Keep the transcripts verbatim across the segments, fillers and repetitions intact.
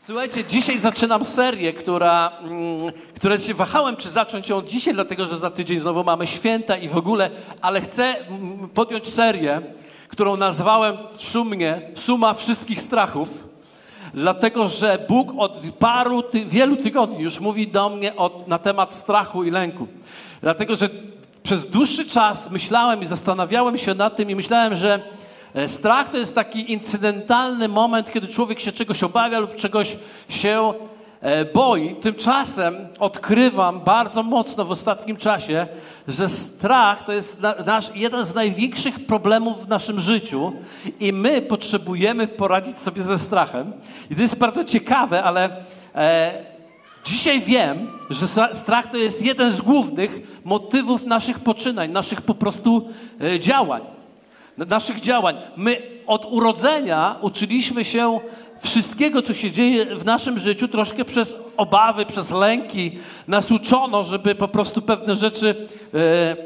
Słuchajcie, dzisiaj zaczynam serię, która, mm, która się wahałem, czy zacząć ją dzisiaj, dlatego że za tydzień znowu mamy święta i w ogóle, ale chcę mm, podjąć serię, którą nazwałem szumnie Suma wszystkich strachów, dlatego że Bóg od paru, ty, wielu tygodni już mówi do mnie od, na temat strachu i lęku. Dlatego, że przez dłuższy czas myślałem i zastanawiałem się nad tym i myślałem, że strach to jest taki incydentalny moment, kiedy człowiek się czegoś obawia lub czegoś się boi. Tymczasem odkrywam bardzo mocno w ostatnim czasie, że strach to jest nasz, jeden z największych problemów w naszym życiu i my potrzebujemy poradzić sobie ze strachem. I to jest bardzo ciekawe, ale e, dzisiaj wiem, że strach to jest jeden z głównych motywów naszych poczynań, naszych po prostu e, działań. Naszych działań. My od urodzenia uczyliśmy się wszystkiego, co się dzieje w naszym życiu, troszkę przez obawy, przez lęki. Nas uczono, żeby po prostu pewne rzeczy e,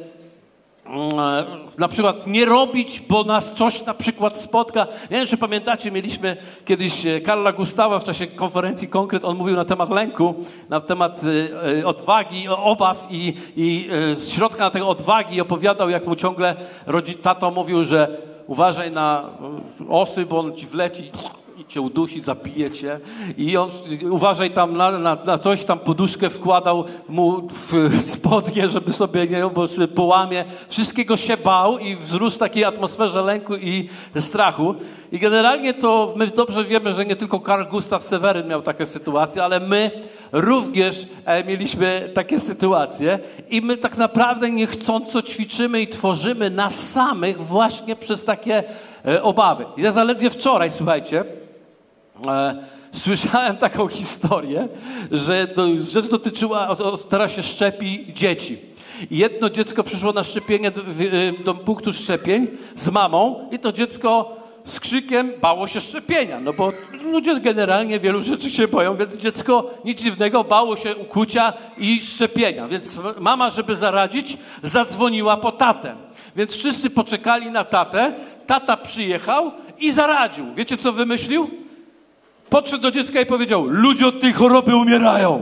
e, na przykład nie robić, bo nas coś na przykład spotka. Nie wiem, czy pamiętacie, mieliśmy kiedyś Karla Gustawa w czasie konferencji Konkret, on mówił na temat lęku, na temat e, odwagi, obaw i, i e, z środka na tej odwagi opowiadał, jak mu ciągle rodzic, tato mówił, że uważaj na osy, bo on ci wleci i cię udusi, zabije cię. I on uważaj tam na, na, na coś, tam poduszkę wkładał mu w spodnie, żeby sobie nie, bo sobie połamie. Wszystkiego się bał i wzrósł w takiej atmosferze lęku i strachu. I generalnie to my dobrze wiemy, że nie tylko Karl Gustav Seweryn miał takie sytuacje, ale my również e, mieliśmy takie sytuacje i my tak naprawdę niechcąco ćwiczymy i tworzymy nas samych właśnie przez takie e, obawy. Ja zaledwie wczoraj, słuchajcie, e, słyszałem taką historię, że to, rzecz dotyczyła, o, o, teraz się szczepi dzieci. I jedno dziecko przyszło na szczepienie do, do punktu szczepień z mamą i to dziecko z krzykiem bało się szczepienia, no bo ludzie generalnie wielu rzeczy się boją, więc dziecko nic dziwnego bało się ukucia i szczepienia. Więc mama, żeby zaradzić, zadzwoniła po tatę. Więc wszyscy poczekali na tatę, tata przyjechał i zaradził. Wiecie, co wymyślił? Podszedł do dziecka i powiedział: ludzie od tej choroby umierają.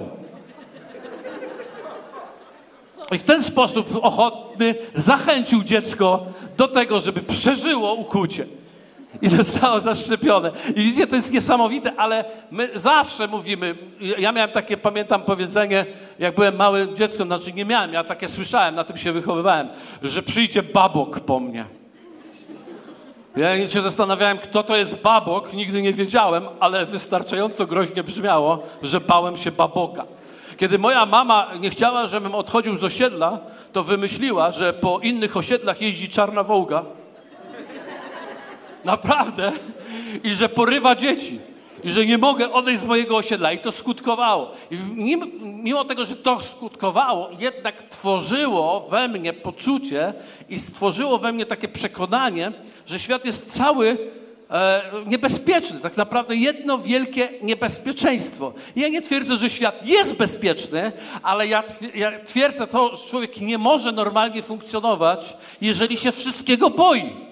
I w ten sposób ochotny zachęcił dziecko do tego, żeby przeżyło ukucie. I zostało zaszczepione. I widzicie, to jest niesamowite, ale my zawsze mówimy, ja miałem takie, pamiętam powiedzenie, jak byłem małym dzieckiem, znaczy nie miałem, ja takie słyszałem, na tym się wychowywałem, że przyjdzie babok po mnie. Ja się zastanawiałem, kto to jest babok, nigdy nie wiedziałem, ale wystarczająco groźnie brzmiało, że bałem się baboka. Kiedy moja mama nie chciała, żebym odchodził z osiedla, to wymyśliła, że po innych osiedlach jeździ czarna wołga. Naprawdę. I że porywa dzieci. I że nie mogę odejść z mojego osiedla. I to skutkowało. I mimo, mimo tego, że to skutkowało, jednak tworzyło we mnie poczucie i stworzyło we mnie takie przekonanie, że świat jest cały e, niebezpieczny. Tak naprawdę jedno wielkie niebezpieczeństwo. I ja nie twierdzę, że świat jest bezpieczny, ale ja, ja twierdzę to, że człowiek nie może normalnie funkcjonować, jeżeli się wszystkiego boi.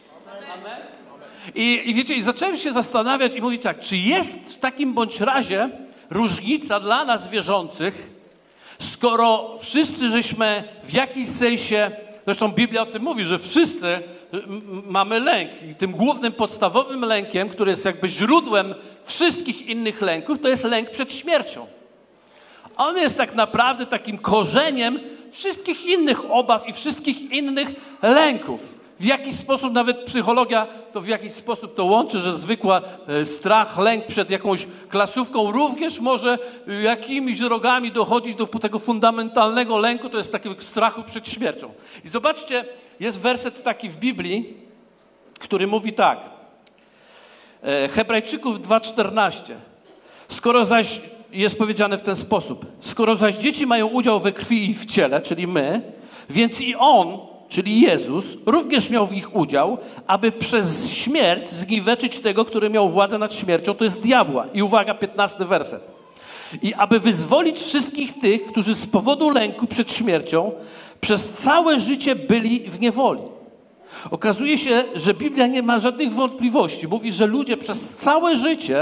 I, I wiecie, i zacząłem się zastanawiać i mówić tak, czy jest w takim bądź razie różnica dla nas wierzących, skoro wszyscy żeśmy w jakiś sensie, zresztą Biblia o tym mówi, że wszyscy mamy lęk i tym głównym, podstawowym lękiem, który jest jakby źródłem wszystkich innych lęków, to jest lęk przed śmiercią. On jest tak naprawdę takim korzeniem wszystkich innych obaw i wszystkich innych lęków. W jakiś sposób nawet psychologia to w jakiś sposób to łączy, że zwykła e, strach, lęk przed jakąś klasówką również może e, jakimiś drogami dochodzić do tego fundamentalnego lęku, to jest takiego strachu przed śmiercią. I zobaczcie, jest werset taki w Biblii, który mówi tak. E, Hebrajczyków dwa czternaście. Skoro zaś, jest powiedziane w ten sposób, skoro zaś dzieci mają udział we krwi i w ciele, czyli my, więc i On, czyli Jezus, również miał w ich udział, aby przez śmierć zniweczyć tego, który miał władzę nad śmiercią, to jest diabła. I uwaga, piętnasty werset. I aby wyzwolić wszystkich tych, którzy z powodu lęku przed śmiercią przez całe życie byli w niewoli. Okazuje się, że Biblia nie ma żadnych wątpliwości. Mówi, że ludzie przez całe życie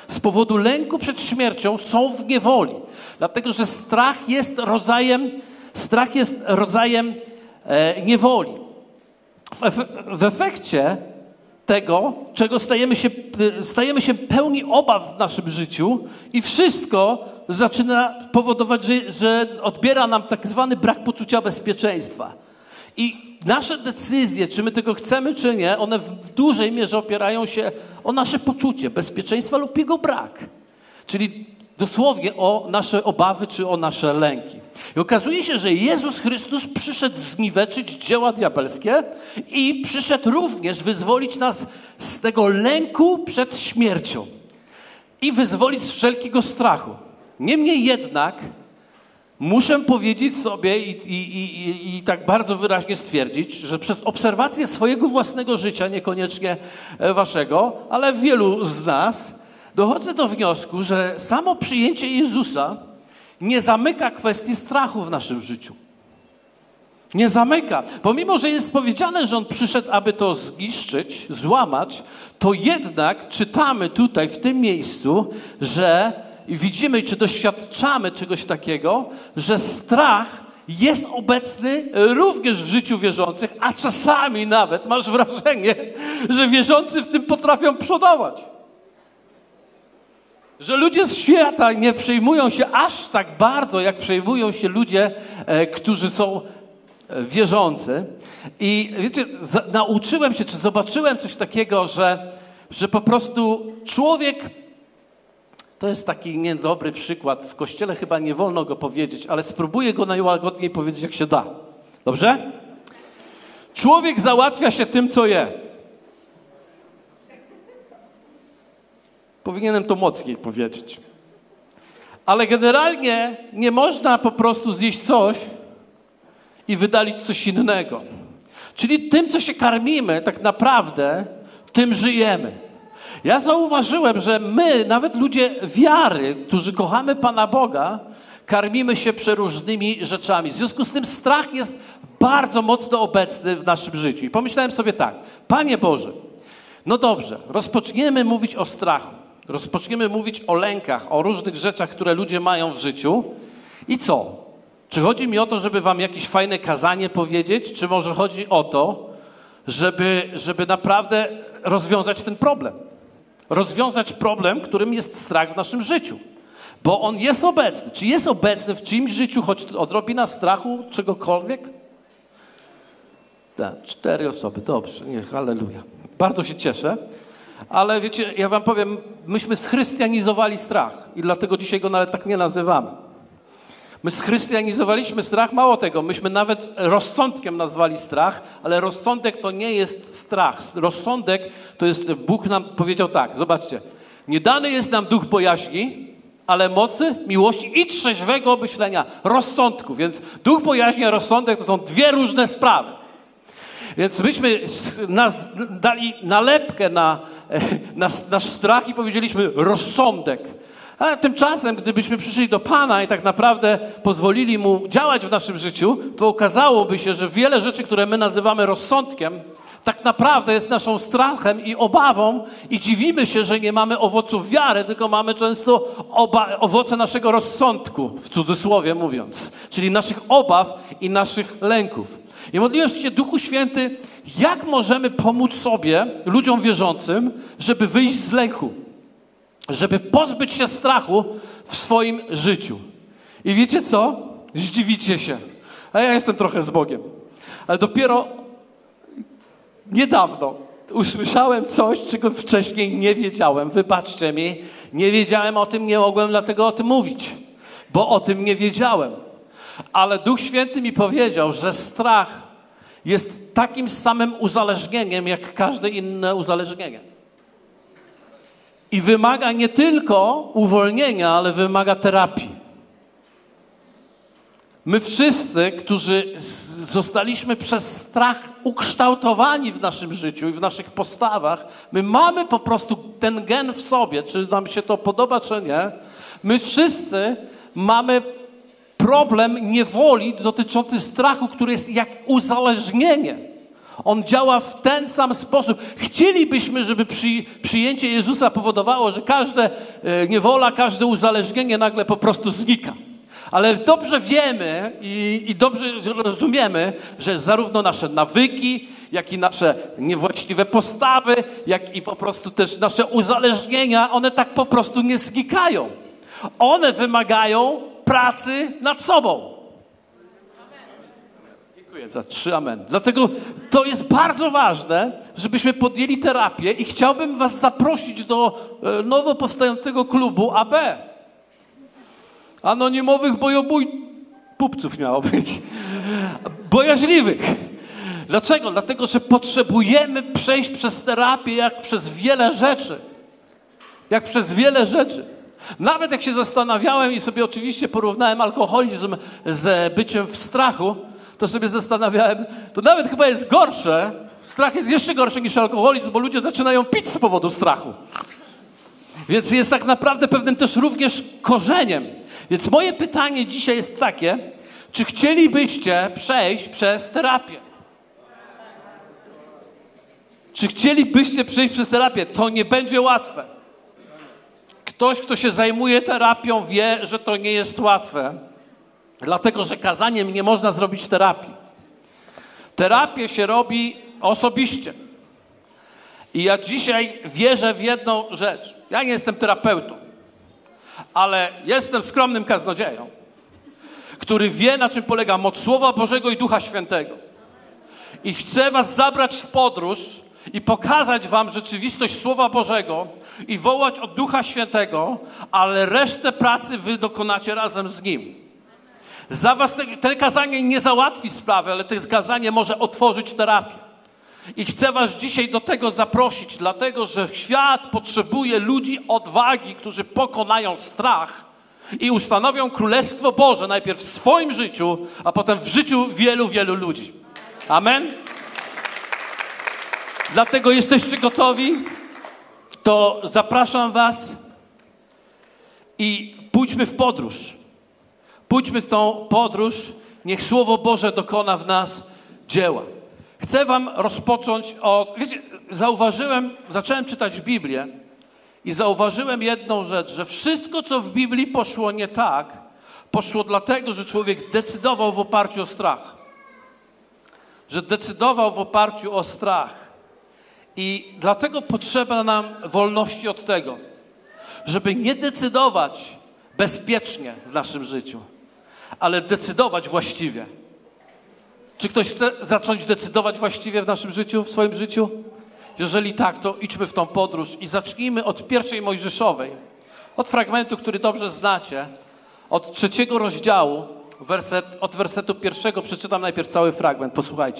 z powodu lęku przed śmiercią są w niewoli. Dlatego, że strach jest rodzajem, strach jest rodzajem e, niewoli. W, efe, w efekcie tego, czego stajemy się, stajemy się pełni obaw w naszym życiu i wszystko zaczyna powodować, że, że odbiera nam tak zwany brak poczucia bezpieczeństwa. I nasze decyzje, czy my tego chcemy, czy nie, one w dużej mierze opierają się o nasze poczucie bezpieczeństwa lub jego brak. Czyli dosłownie o nasze obawy, czy o nasze lęki. I okazuje się, że Jezus Chrystus przyszedł zniweczyć dzieła diabelskie i przyszedł również wyzwolić nas z tego lęku przed śmiercią i wyzwolić z wszelkiego strachu. Niemniej jednak muszę powiedzieć sobie i, i, i, i tak bardzo wyraźnie stwierdzić, że przez obserwację swojego własnego życia, niekoniecznie waszego, ale wielu z nas, dochodzę do wniosku, że samo przyjęcie Jezusa nie zamyka kwestii strachu w naszym życiu. Nie zamyka. Pomimo, że jest powiedziane, że On przyszedł, aby to zniszczyć, złamać, to jednak czytamy tutaj, w tym miejscu, że widzimy, czy doświadczamy czegoś takiego, że strach jest obecny również w życiu wierzących, a czasami nawet masz wrażenie, że wierzący w tym potrafią przodować. Że ludzie z świata nie przejmują się aż tak bardzo, jak przejmują się ludzie, e, którzy są wierzący. I wiecie, za, nauczyłem się, czy zobaczyłem coś takiego, że, że po prostu człowiek, to jest taki niedobry przykład, w Kościele chyba nie wolno go powiedzieć, ale spróbuję go najłagodniej powiedzieć, jak się da. Dobrze? Człowiek załatwia się tym, co je. Powinienem to mocniej powiedzieć. Ale generalnie nie można po prostu zjeść coś i wydalić coś innego. Czyli tym, co się karmimy, tak naprawdę tym żyjemy. Ja zauważyłem, że my, nawet ludzie wiary, którzy kochamy Pana Boga, karmimy się przeróżnymi rzeczami. W związku z tym strach jest bardzo mocno obecny w naszym życiu. I pomyślałem sobie tak, Panie Boże, no dobrze, rozpoczniemy mówić o strachu. Rozpoczniemy mówić o lękach, o różnych rzeczach, które ludzie mają w życiu. I co? Czy chodzi mi o to, żeby wam jakieś fajne kazanie powiedzieć, czy może chodzi o to, żeby, żeby naprawdę rozwiązać ten problem? Rozwiązać problem, którym jest strach w naszym życiu. Bo on jest obecny. Czy jest obecny w czyimś życiu, choć odrobina strachu, czegokolwiek? Tak, cztery osoby, dobrze, niech, halleluja. Bardzo się cieszę. Ale wiecie, ja wam powiem, myśmy schrystianizowali strach i dlatego dzisiaj go nawet tak nie nazywamy. My schrystianizowaliśmy strach, mało tego, myśmy nawet rozsądkiem nazwali strach, ale rozsądek to nie jest strach. Rozsądek to jest, Bóg nam powiedział tak, zobaczcie, nie dany jest nam duch bojaźni, ale mocy, miłości i trzeźwego myślenia, rozsądku. Więc duch bojaźni a rozsądek to są dwie różne sprawy. Więc myśmy nas dali nalepkę na, na nasz strach i powiedzieliśmy rozsądek. A tymczasem, gdybyśmy przyszli do Pana i tak naprawdę pozwolili Mu działać w naszym życiu, to okazałoby się, że wiele rzeczy, które my nazywamy rozsądkiem, tak naprawdę jest naszą strachem i obawą i dziwimy się, że nie mamy owoców wiary, tylko mamy często oba, owoce naszego rozsądku, w cudzysłowie mówiąc, czyli naszych obaw i naszych lęków. I modliłem się, Duchu Święty, jak możemy pomóc sobie, ludziom wierzącym, żeby wyjść z lęku, żeby pozbyć się strachu w swoim życiu. I wiecie co? Zdziwicie się. A ja jestem trochę z Bogiem. Ale dopiero niedawno usłyszałem coś, czego wcześniej nie wiedziałem. Wybaczcie mi, nie wiedziałem o tym, nie mogłem dlatego o tym mówić, bo o tym nie wiedziałem. Ale Duch Święty mi powiedział, że strach jest takim samym uzależnieniem, jak każde inne uzależnienie. I wymaga nie tylko uwolnienia, ale wymaga terapii. My wszyscy, którzy zostaliśmy przez strach ukształtowani w naszym życiu i w naszych postawach, my mamy po prostu ten gen w sobie, czy nam się to podoba, czy nie. My wszyscy mamy problem niewoli dotyczący strachu, który jest jak uzależnienie On działa w ten sam sposób. Chcielibyśmy, żeby przy, przyjęcie Jezusa powodowało, że każda e, niewola, każde uzależnienie nagle po prostu znika. Ale dobrze wiemy i, i dobrze rozumiemy, że zarówno nasze nawyki, jak i nasze niewłaściwe postawy, jak i po prostu też nasze uzależnienia, one tak po prostu nie znikają. One wymagają pracy nad sobą. Dziękuję za trzy amen. Dlatego to jest bardzo ważne, żebyśmy podjęli terapię i chciałbym was zaprosić do e, nowo powstającego klubu A B. Anonimowych bojobójców miało być. Bojaźliwych. Dlaczego? Dlatego, że potrzebujemy przejść przez terapię jak przez wiele rzeczy. Jak przez wiele rzeczy. Nawet jak się zastanawiałem i sobie oczywiście porównałem alkoholizm z byciem w strachu, to sobie zastanawiałem, to nawet chyba jest gorsze, strach jest jeszcze gorszy niż alkoholizm, bo ludzie zaczynają pić z powodu strachu. Więc jest tak naprawdę pewnym też również korzeniem. Więc moje pytanie dzisiaj jest takie, czy chcielibyście przejść przez terapię? Czy chcielibyście przejść przez terapię? To nie będzie łatwe. Ktoś, kto się zajmuje terapią, wie, że to nie jest łatwe. Dlatego, że kazaniem nie można zrobić terapii. Terapię się robi osobiście. I ja dzisiaj wierzę w jedną rzecz. Ja nie jestem terapeutą, ale jestem skromnym kaznodzieją, który wie, na czym polega moc Słowa Bożego i Ducha Świętego. I chcę was zabrać w podróż i pokazać wam rzeczywistość Słowa Bożego i wołać od Ducha Świętego, ale resztę pracy wy dokonacie razem z Nim. Za was te, te kazanie nie załatwi sprawy, ale to kazanie może otworzyć terapię. I chcę was dzisiaj do tego zaprosić, dlatego że świat potrzebuje ludzi odwagi, którzy pokonają strach i ustanowią Królestwo Boże najpierw w swoim życiu, a potem w życiu wielu, wielu ludzi. Amen? Dlatego jesteście gotowi? To zapraszam was i pójdźmy w podróż. Pójdźmy w tą podróż, niech Słowo Boże dokona w nas dzieła. Chcę wam rozpocząć od... Wiecie, zauważyłem, zacząłem czytać Biblię i zauważyłem jedną rzecz, że wszystko, co w Biblii poszło nie tak, poszło dlatego, że człowiek decydował w oparciu o strach. Że decydował w oparciu o strach. I dlatego potrzeba nam wolności od tego, żeby nie decydować bezpiecznie w naszym życiu, ale decydować właściwie. Czy ktoś chce zacząć decydować właściwie w naszym życiu, w swoim życiu? Jeżeli tak, to idźmy w tą podróż i zacznijmy od pierwszej Mojżeszowej. Od fragmentu, który dobrze znacie, od trzeciego rozdziału, werset, od wersetu pierwszego przeczytam najpierw cały fragment, posłuchajcie.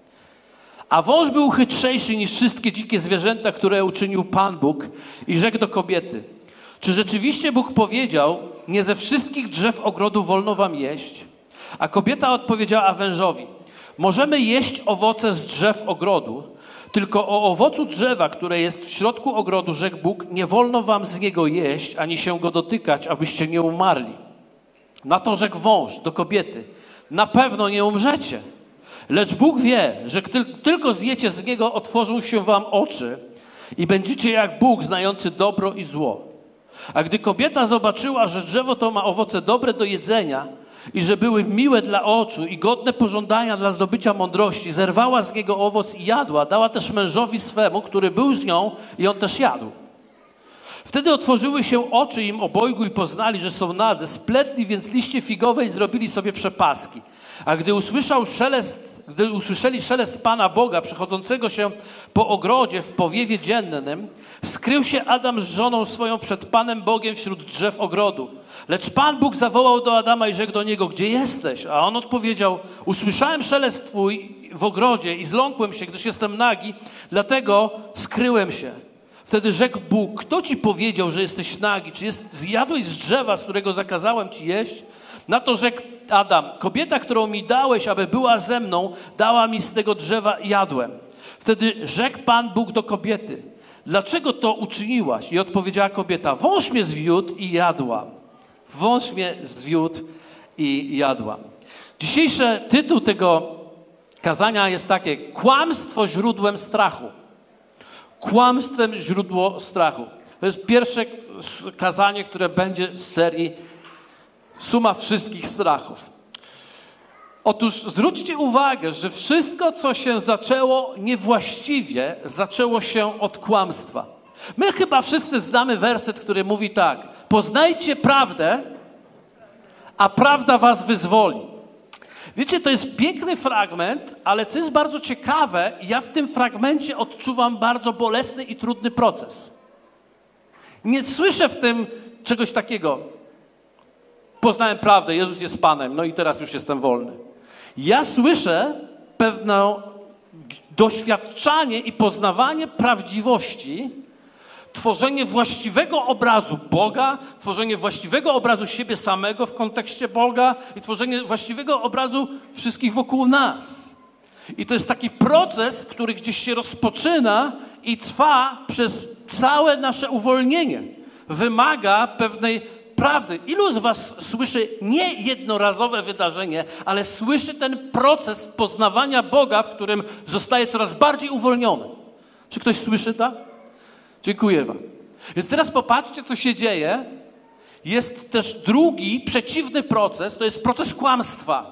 A wąż był chytrzejszy niż wszystkie dzikie zwierzęta, które uczynił Pan Bóg i rzekł do kobiety: czy rzeczywiście Bóg powiedział, nie ze wszystkich drzew ogrodu wolno wam jeść? A kobieta odpowiedziała wężowi: możemy jeść owoce z drzew ogrodu, tylko o owocu drzewa, które jest w środku ogrodu, rzekł Bóg, nie wolno wam z niego jeść, ani się go dotykać, abyście nie umarli. Na to rzekł wąż do kobiety: na pewno nie umrzecie. Lecz Bóg wie, że tylko zjecie z niego, otworzą się wam oczy i będziecie jak Bóg, znający dobro i zło. A gdy kobieta zobaczyła, że drzewo to ma owoce dobre do jedzenia i że były miłe dla oczu i godne pożądania dla zdobycia mądrości, zerwała z niego owoc i jadła. Dała też mężowi swemu, który był z nią, i on też jadł. Wtedy otworzyły się oczy im obojgu i poznali, że są nadzy. Spletli więc liście figowe i zrobili sobie przepaski. A gdy usłyszał szelest, gdy usłyszeli szelest Pana Boga przechodzącego się po ogrodzie w powiewie dziennym, skrył się Adam z żoną swoją przed Panem Bogiem wśród drzew ogrodu. Lecz Pan Bóg zawołał do Adama i rzekł do niego: gdzie jesteś? A on odpowiedział: usłyszałem szelest Twój w ogrodzie i zląkłem się, gdyż jestem nagi, dlatego skryłem się. Wtedy rzekł Bóg: kto ci powiedział, że jesteś nagi? Czy jest, zjadłeś z drzewa, z którego zakazałem ci jeść? Na to rzekł Adam: kobieta, którą mi dałeś, aby była ze mną, dała mi z tego drzewa i jadłem. Wtedy rzekł Pan Bóg do kobiety: dlaczego to uczyniłaś? I odpowiedziała kobieta: wąż mnie zwiódł i jadłam. Wąż mnie zwiódł i jadłam. Dzisiejszy tytuł tego kazania jest takie: kłamstwo źródłem strachu. Kłamstwem źródło strachu. To jest pierwsze kazanie, które będzie z serii Suma wszystkich strachów. Otóż zwróćcie uwagę, że wszystko, co się zaczęło niewłaściwie, zaczęło się od kłamstwa. My chyba wszyscy znamy werset, który mówi tak: poznajcie prawdę, a prawda was wyzwoli. Wiecie, to jest piękny fragment, ale co jest bardzo ciekawe, ja w tym fragmencie odczuwam bardzo bolesny i trudny proces. Nie słyszę w tym czegoś takiego: poznałem prawdę, Jezus jest Panem, no i teraz już jestem wolny. Ja słyszę pewne doświadczanie i poznawanie prawdziwości, tworzenie właściwego obrazu Boga, tworzenie właściwego obrazu siebie samego w kontekście Boga i tworzenie właściwego obrazu wszystkich wokół nas. I to jest taki proces, który gdzieś się rozpoczyna i trwa przez całe nasze uwolnienie. Wymaga pewnej prawdy. Ilu z was słyszy nie jednorazowe wydarzenie, ale słyszy ten proces poznawania Boga, w którym zostaje coraz bardziej uwolniony? Czy ktoś słyszy tak? Dziękuję wam. Więc teraz popatrzcie, co się dzieje. Jest też drugi, przeciwny proces, to jest proces kłamstwa.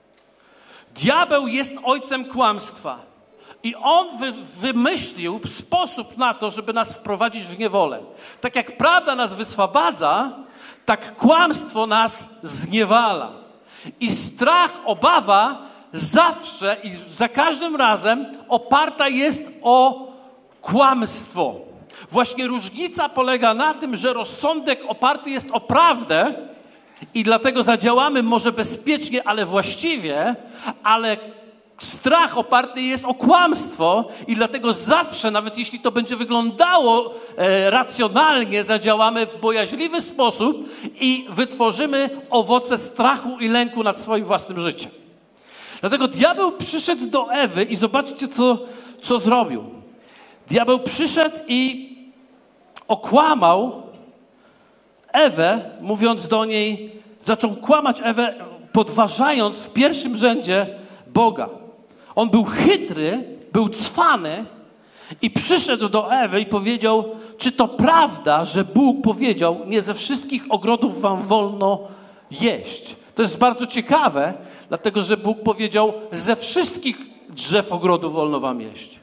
Diabeł jest ojcem kłamstwa. I on wy, wymyślił sposób na to, żeby nas wprowadzić w niewolę. Tak jak prawda nas wyswobadza, tak kłamstwo nas zniewala. I strach, obawa zawsze i za każdym razem oparta jest o kłamstwo. Właśnie różnica polega na tym, że rozsądek oparty jest o prawdę i dlatego zadziałamy może bezpiecznie, ale właściwie, ale strach oparty jest o kłamstwo i dlatego zawsze, nawet jeśli to będzie wyglądało e, racjonalnie, zadziałamy w bojaźliwy sposób i wytworzymy owoce strachu i lęku nad swoim własnym życiem. Dlatego diabeł przyszedł do Ewy i zobaczcie, co, co zrobił. Diabeł przyszedł i okłamał Ewę, mówiąc do niej, zaczął kłamać Ewę, podważając w pierwszym rzędzie Boga. On był chytry, był cwany i przyszedł do Ewy i powiedział: czy to prawda, że Bóg powiedział, nie ze wszystkich ogrodów wam wolno jeść? To jest bardzo ciekawe, dlatego że Bóg powiedział, ze wszystkich drzew ogrodu wolno wam jeść.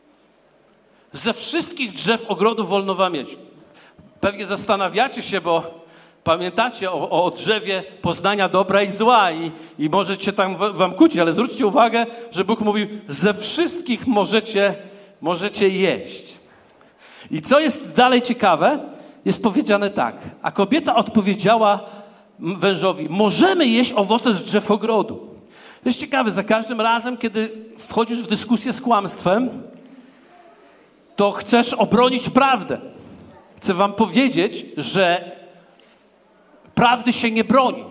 Ze wszystkich drzew ogrodu wolno wam jeść. Pewnie zastanawiacie się, bo pamiętacie o, o drzewie poznania dobra i zła i, i możecie tam wam kłócić, ale zwróćcie uwagę, że Bóg mówił, ze wszystkich możecie, możecie jeść. I co jest dalej ciekawe, jest powiedziane tak: a kobieta odpowiedziała wężowi, możemy jeść owoce z drzew ogrodu. To jest ciekawe, za każdym razem, kiedy wchodzisz w dyskusję z kłamstwem, to chcesz obronić prawdę. Chcę wam powiedzieć, że prawdy się nie broni.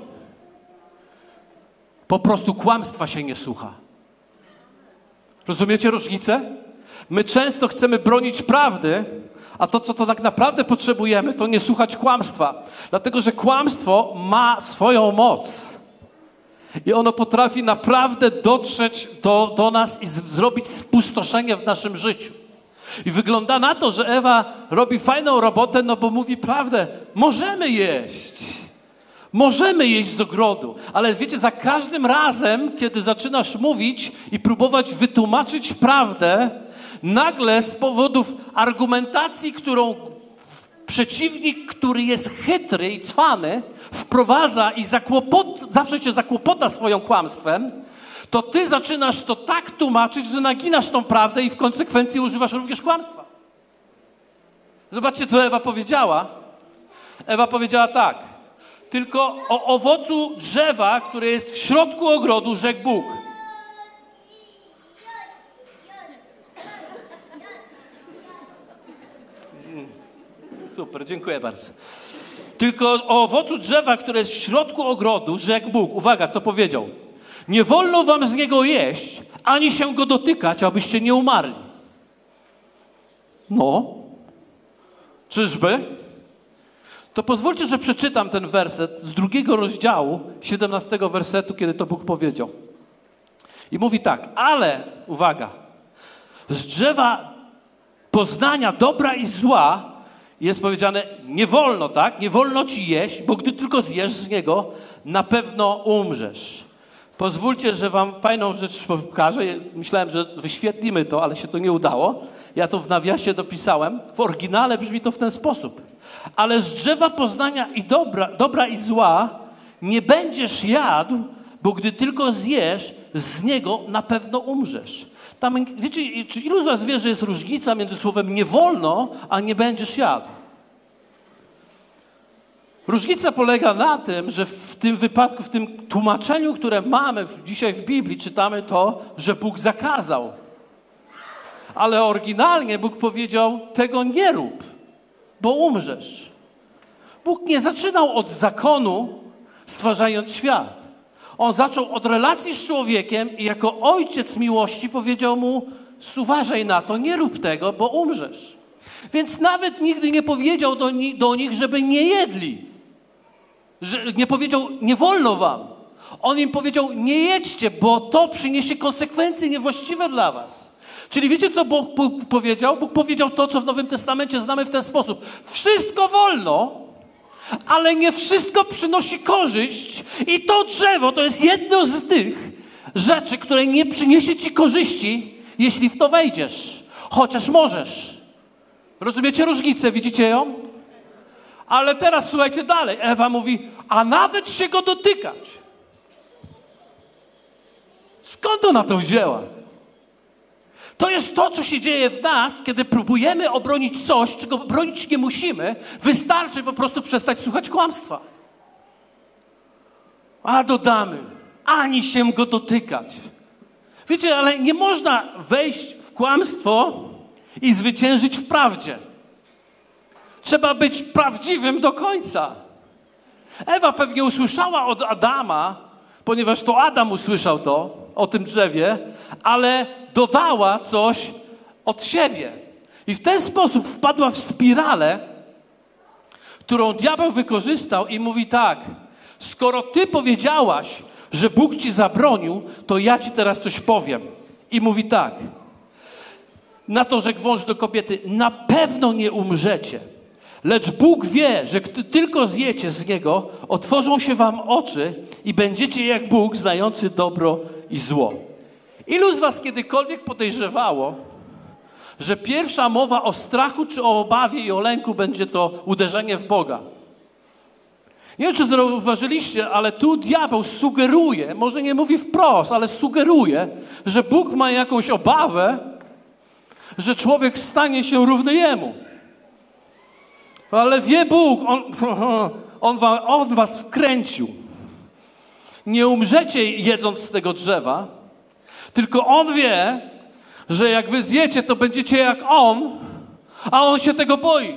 Po prostu kłamstwa się nie słucha. Rozumiecie różnicę? My często chcemy bronić prawdy, a to, co to tak naprawdę potrzebujemy, to nie słuchać kłamstwa. Dlatego, że kłamstwo ma swoją moc. I ono potrafi naprawdę dotrzeć do, do nas i z, zrobić spustoszenie w naszym życiu. I wygląda na to, że Ewa robi fajną robotę, no bo mówi prawdę. Możemy jeść. Możemy jeść z ogrodu. Ale wiecie, za każdym razem, kiedy zaczynasz mówić i próbować wytłumaczyć prawdę, nagle z powodów argumentacji, którą przeciwnik, który jest chytry i cwany, wprowadza i zakłopot, zawsze cię zakłopota swoim kłamstwem, to ty zaczynasz to tak tłumaczyć, że naginasz tą prawdę i w konsekwencji używasz również kłamstwa. Zobaczcie, co Ewa powiedziała. Ewa powiedziała tak: tylko o owocu drzewa, które jest w środku ogrodu, rzekł Bóg. Super, dziękuję bardzo. Tylko o owocu drzewa, które jest w środku ogrodu, rzekł Bóg. Uwaga, co powiedział. Nie wolno wam z niego jeść, ani się go dotykać, abyście nie umarli. No, czyżby? To pozwólcie, że przeczytam ten werset z drugiego rozdziału, siedemnastego wersetu, kiedy to Bóg powiedział. I mówi tak, ale, uwaga, z drzewa poznania dobra i zła jest powiedziane, nie wolno, tak? Nie wolno ci jeść, bo gdy tylko zjesz z niego, na pewno umrzesz. Pozwólcie, że wam fajną rzecz pokażę. Myślałem, że wyświetlimy to, ale się to nie udało. Ja to w nawiasie dopisałem. W oryginale brzmi to w ten sposób. Ale z drzewa poznania i dobra, dobra i zła nie będziesz jadł, bo gdy tylko zjesz, z niego na pewno umrzesz. Tam, wiecie, czy ilu z was wie, że jest różnica między słowem nie wolno, a nie będziesz jadł? Różnica polega na tym, że w tym wypadku, w tym tłumaczeniu, które mamy w, dzisiaj w Biblii, czytamy to, że Bóg zakazał. Ale oryginalnie Bóg powiedział, tego nie rób, bo umrzesz. Bóg nie zaczynał od zakonu, stwarzając świat. On zaczął od relacji z człowiekiem i jako ojciec miłości powiedział mu, uważaj na to, nie rób tego, bo umrzesz. Więc nawet nigdy nie powiedział do, ni do nich, żeby nie jedli. Że nie powiedział, nie wolno wam. On im powiedział, nie jedźcie, bo to przyniesie konsekwencje niewłaściwe dla was. Czyli wiecie, co Bóg, Bóg powiedział? Bóg powiedział to, co w Nowym Testamencie znamy w ten sposób. Wszystko wolno, ale nie wszystko przynosi korzyść i to drzewo to jest jedno z tych rzeczy, które nie przyniesie ci korzyści, jeśli w to wejdziesz. Chociaż możesz. Rozumiecie różnicę? Widzicie ją? Ale teraz słuchajcie dalej. Ewa mówi, a nawet się go dotykać. Skąd ona to wzięła? To jest to, co się dzieje w nas, kiedy próbujemy obronić coś, czego bronić nie musimy. Wystarczy po prostu przestać słuchać kłamstwa. A dodamy, ani się go dotykać. Wiecie, ale nie można wejść w kłamstwo i zwyciężyć w prawdzie. Trzeba być prawdziwym do końca. Ewa pewnie usłyszała od Adama, ponieważ to Adam usłyszał to, o tym drzewie, ale dodała coś od siebie. I w ten sposób wpadła w spiralę, którą diabeł wykorzystał i mówi tak, skoro ty powiedziałaś, że Bóg ci zabronił, to ja ci teraz coś powiem. I mówi tak, na to rzekł wąż do kobiety, na pewno nie umrzecie. Lecz Bóg wie, że gdy tylko zjecie z niego, otworzą się wam oczy i będziecie jak Bóg, znający dobro i zło. Ilu z was kiedykolwiek podejrzewało, że pierwsza mowa o strachu, czy o obawie i o lęku będzie to uderzenie w Boga? Nie wiem, czy zauważyliście, ale tu diabeł sugeruje, może nie mówi wprost, ale sugeruje, że Bóg ma jakąś obawę, że człowiek stanie się równy Jemu. Ale wie Bóg, On, on, wam, on was wkręcił. Nie umrzecie jedząc z tego drzewa, tylko On wie, że jak wy zjecie, to będziecie jak On, a On się tego boi.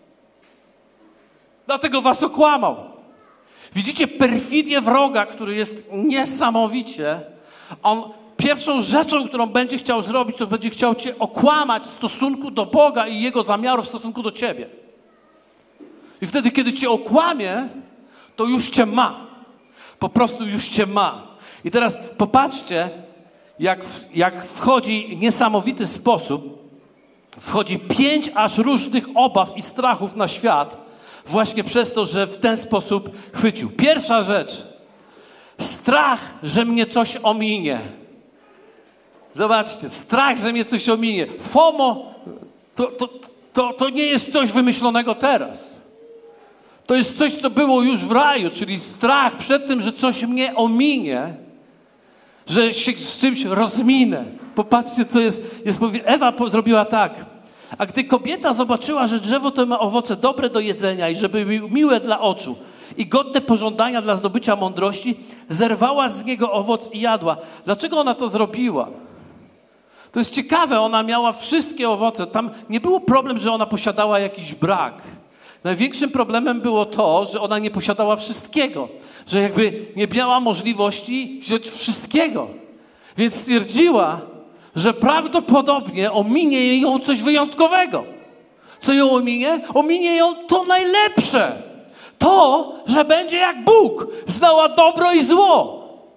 Dlatego was okłamał. Widzicie perfidię wroga, który jest niesamowicie. On pierwszą rzeczą, którą będzie chciał zrobić, to będzie chciał cię okłamać w stosunku do Boga i Jego zamiarów w stosunku do ciebie. I wtedy, kiedy cię okłamie, to już cię ma. Po prostu już cię ma. I teraz popatrzcie, jak, w, jak wchodzi niesamowity sposób, wchodzi pięć aż różnych obaw i strachów na świat, właśnie przez to, że w ten sposób chwycił. Pierwsza rzecz. Strach, że mnie coś ominie. Zobaczcie, strach, że mnie coś ominie. FOMO to, to, to, to nie jest coś wymyślonego teraz. To jest coś, co było już w raju, czyli strach przed tym, że coś mnie ominie, że się z czymś rozminę. Popatrzcie, co jest. jest Ewa zrobiła tak. A gdy kobieta zobaczyła, że drzewo to ma owoce dobre do jedzenia i żeby miłe dla oczu i godne pożądania dla zdobycia mądrości, zerwała z niego owoc i jadła. Dlaczego ona to zrobiła? To jest ciekawe, ona miała wszystkie owoce. Tam nie było problem, że ona posiadała jakiś brak. Największym problemem było to, że ona nie posiadała wszystkiego. Że jakby nie miała możliwości wziąć wszystkiego. Więc stwierdziła, że prawdopodobnie ominie ją coś wyjątkowego. Co ją ominie? Ominie ją to najlepsze. To, że będzie jak Bóg. Znała dobro i zło.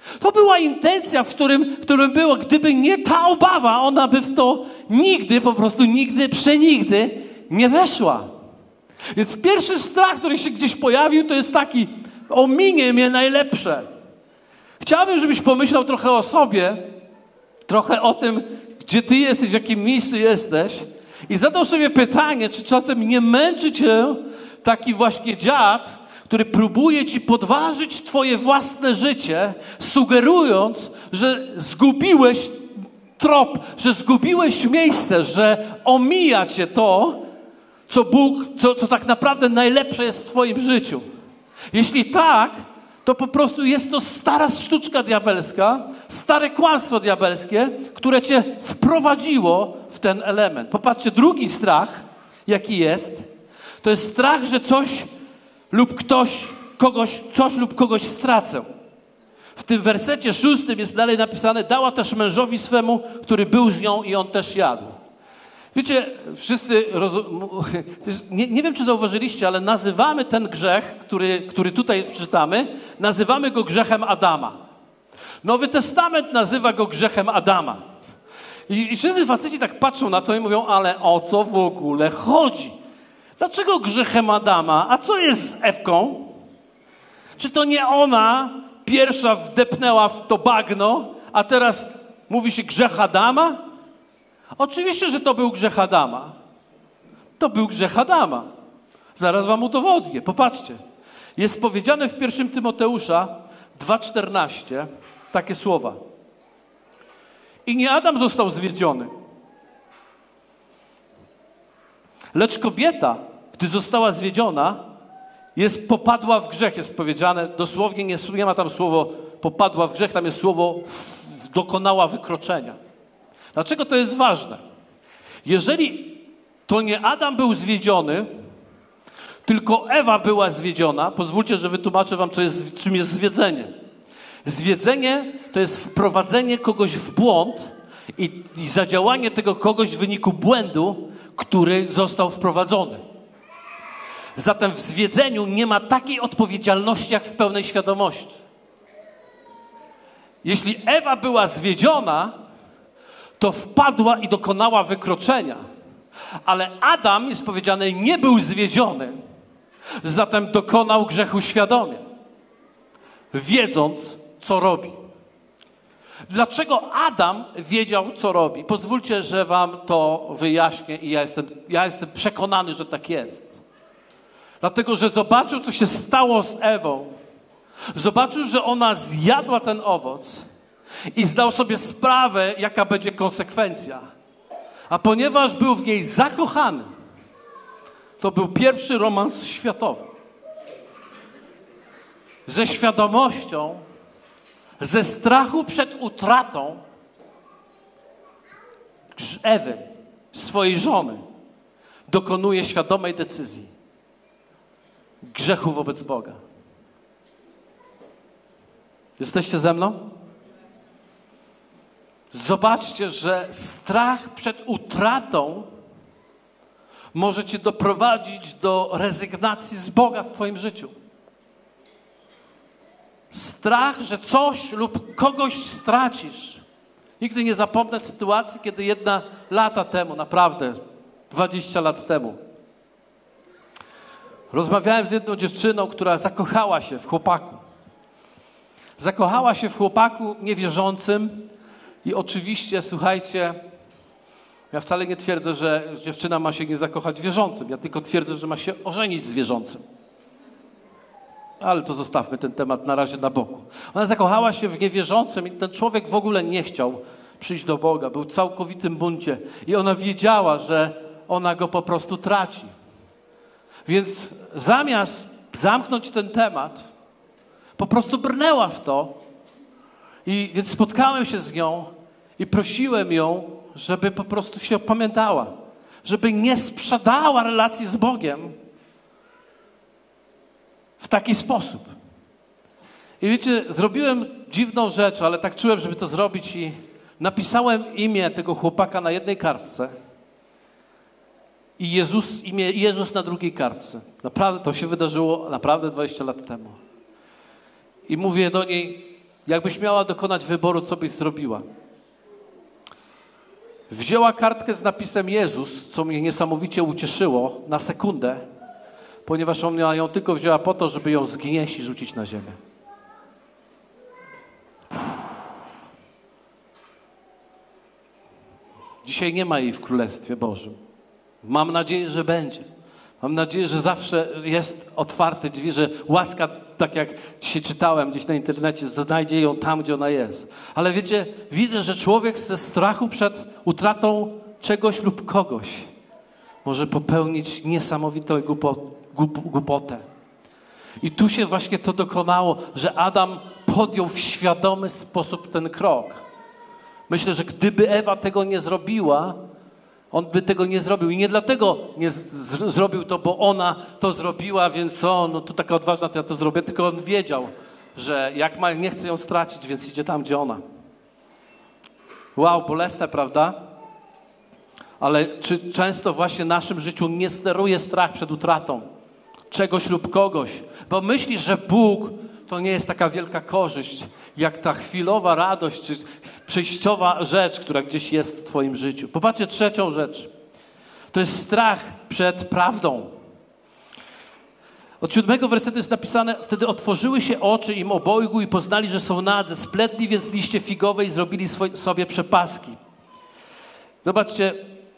To była intencja, w którym, w którym było, gdyby nie ta obawa, ona by w to nigdy, po prostu nigdy, przenigdy nie weszła. Więc pierwszy strach, który się gdzieś pojawił, to jest taki: ominie mnie najlepsze. Chciałbym, żebyś pomyślał trochę o sobie, trochę o tym, gdzie ty jesteś, w jakim miejscu jesteś i zadał sobie pytanie, czy czasem nie męczy cię taki właśnie dziad, który próbuje ci podważyć twoje własne życie, sugerując, że zgubiłeś trop, że zgubiłeś miejsce, że omija cię to, co Bóg, co, co tak naprawdę najlepsze jest w twoim życiu. Jeśli tak, to po prostu jest to stara sztuczka diabelska, stare kłamstwo diabelskie, które cię wprowadziło w ten element. Popatrzcie, drugi strach, jaki jest, to jest strach, że coś lub ktoś, kogoś, coś lub kogoś stracę. W tym wersecie szóstym jest dalej napisane: dała też mężowi swemu, który był z nią i on też jadł. Wiecie, wszyscy, nie, nie wiem, czy zauważyliście, ale nazywamy ten grzech, który, który tutaj czytamy, nazywamy go grzechem Adama. Nowy Testament nazywa go grzechem Adama. I, i wszyscy faceci tak patrzą na to i mówią: ale o co w ogóle chodzi? Dlaczego grzechem Adama? A co jest z Ewką? Czy to nie ona pierwsza wdepnęła w to bagno, a teraz mówi się grzech Adama? Oczywiście, że to był grzech Adama. To był grzech Adama. Zaraz wam udowodnię. Popatrzcie. Jest powiedziane w pierwszym Tymoteusza dwa czternaście takie słowa. I nie Adam został zwiedziony, lecz kobieta, gdy została zwiedziona, jest popadła w grzech. Jest powiedziane, dosłownie nie, nie ma tam słowo popadła w grzech, tam jest słowo w, dokonała wykroczenia. Dlaczego to jest ważne? Jeżeli to nie Adam był zwiedziony, tylko Ewa była zwiedziona, pozwólcie, że wytłumaczę wam, co jest, czym jest zwiedzenie. Zwiedzenie to jest wprowadzenie kogoś w błąd i, i zadziałanie tego kogoś w wyniku błędu, który został wprowadzony. Zatem w zwiedzeniu nie ma takiej odpowiedzialności, jak w pełnej świadomości. Jeśli Ewa była zwiedziona, to wpadła i dokonała wykroczenia. Ale Adam, jest powiedziane, nie był zwiedziony, zatem dokonał grzechu świadomie, wiedząc, co robi. Dlaczego Adam wiedział, co robi? Pozwólcie, że wam to wyjaśnię i ja jestem, ja jestem przekonany, że tak jest. Dlatego, że zobaczył, co się stało z Ewą. Zobaczył, że ona zjadła ten owoc i zdał sobie sprawę, jaka będzie konsekwencja. A ponieważ był w niej zakochany, to był pierwszy romans światowy. Ze świadomością, ze strachu przed utratą Ewy, swojej żony, dokonuje świadomej decyzji grzechu wobec Boga. Jesteście ze mną? Zobaczcie, że strach przed utratą może cię doprowadzić do rezygnacji z Boga w twoim życiu. Strach, że coś lub kogoś stracisz. Nigdy nie zapomnę sytuacji, kiedy jedna lata temu, naprawdę dwadzieścia lat temu, rozmawiałem z jedną dziewczyną, która zakochała się w chłopaku. Zakochała się w chłopaku niewierzącym i oczywiście, słuchajcie, ja wcale nie twierdzę, że dziewczyna ma się nie zakochać w wierzącym. Ja tylko twierdzę, że ma się ożenić z wierzącym. Ale to zostawmy ten temat na razie na boku. Ona zakochała się w niewierzącym i ten człowiek w ogóle nie chciał przyjść do Boga. Był w całkowitym buncie i ona wiedziała, że ona go po prostu traci. Więc zamiast zamknąć ten temat, po prostu brnęła w to. I więc spotkałem się z nią i prosiłem ją, żeby po prostu się opamiętała. Żeby nie sprzedała relacji z Bogiem w taki sposób. I wiecie, zrobiłem dziwną rzecz, ale tak czułem, żeby to zrobić i napisałem imię tego chłopaka na jednej kartce i Jezus, imię Jezus na drugiej kartce. Naprawdę to się wydarzyło naprawdę dwadzieścia lat temu. I mówię do niej, Jakbyś miała dokonać wyboru, co byś zrobiła? Wzięła kartkę z napisem Jezus, co mnie niesamowicie ucieszyło, na sekundę, ponieważ ona ją tylko wzięła po to, żeby ją zgnieść i rzucić na ziemię. Dzisiaj nie ma jej w Królestwie Bożym. Mam nadzieję, że będzie. Mam nadzieję, że zawsze jest otwarte drzwi, że łaska, tak jak dzisiaj czytałem gdzieś na internecie, znajdzie ją tam, gdzie ona jest. Ale wiecie, widzę, że człowiek ze strachu przed utratą czegoś lub kogoś może popełnić niesamowitą głupotę. I tu się właśnie to dokonało, że Adam podjął w świadomy sposób ten krok. Myślę, że gdyby Ewa tego nie zrobiła, on by tego nie zrobił. I nie dlatego nie z- z- zrobił to, bo ona to zrobiła, więc o, no to taka odważna, to ja to zrobię. Tylko on wiedział, że jak ma, nie chce ją stracić, więc idzie tam, gdzie ona. Wow, bolesne, prawda? Ale czy często właśnie w naszym życiu nie steruje strach przed utratą czegoś lub kogoś? Bo myślisz, że Bóg to nie jest taka wielka korzyść, jak ta chwilowa radość, czy przejściowa rzecz, która gdzieś jest w twoim życiu. Popatrzcie, trzecią rzecz. To jest strach przed prawdą. Od siódmego wersetu jest napisane: wtedy otworzyły się oczy im obojgu i poznali, że są nadzy. Spletli więc liście figowe i zrobili swoj, sobie przepaski. Zobaczcie,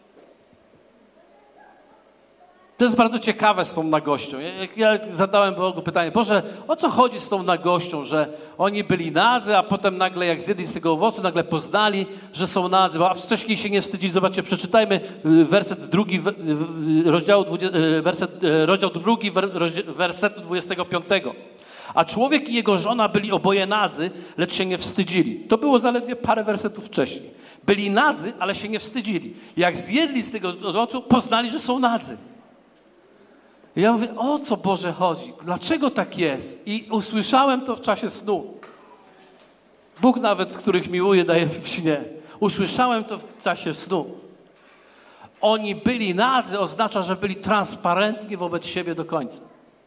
to jest bardzo ciekawe z tą nagością. Ja, ja zadałem Bogu pytanie: Boże, o co chodzi z tą nagością, że oni byli nadzy, a potem nagle jak zjedli z tego owocu, nagle poznali, że są nadzy, a wcześniej się nie wstydzili. Zobaczcie, przeczytajmy werset drugi, rozdział, werset, rozdział drugi, wersetu dwudziestego piątego. A człowiek i jego żona byli oboje nadzy, lecz się nie wstydzili. To było zaledwie parę wersetów wcześniej. Byli nadzy, ale się nie wstydzili. Jak zjedli z tego owocu, poznali, że są nadzy. I ja mówię, o co Boże chodzi? Dlaczego tak jest? I usłyszałem to w czasie snu. Bóg nawet, których miłuje, daje w śnie. Usłyszałem to w czasie snu. Oni byli nadzy, oznacza, że byli transparentni wobec siebie do końca.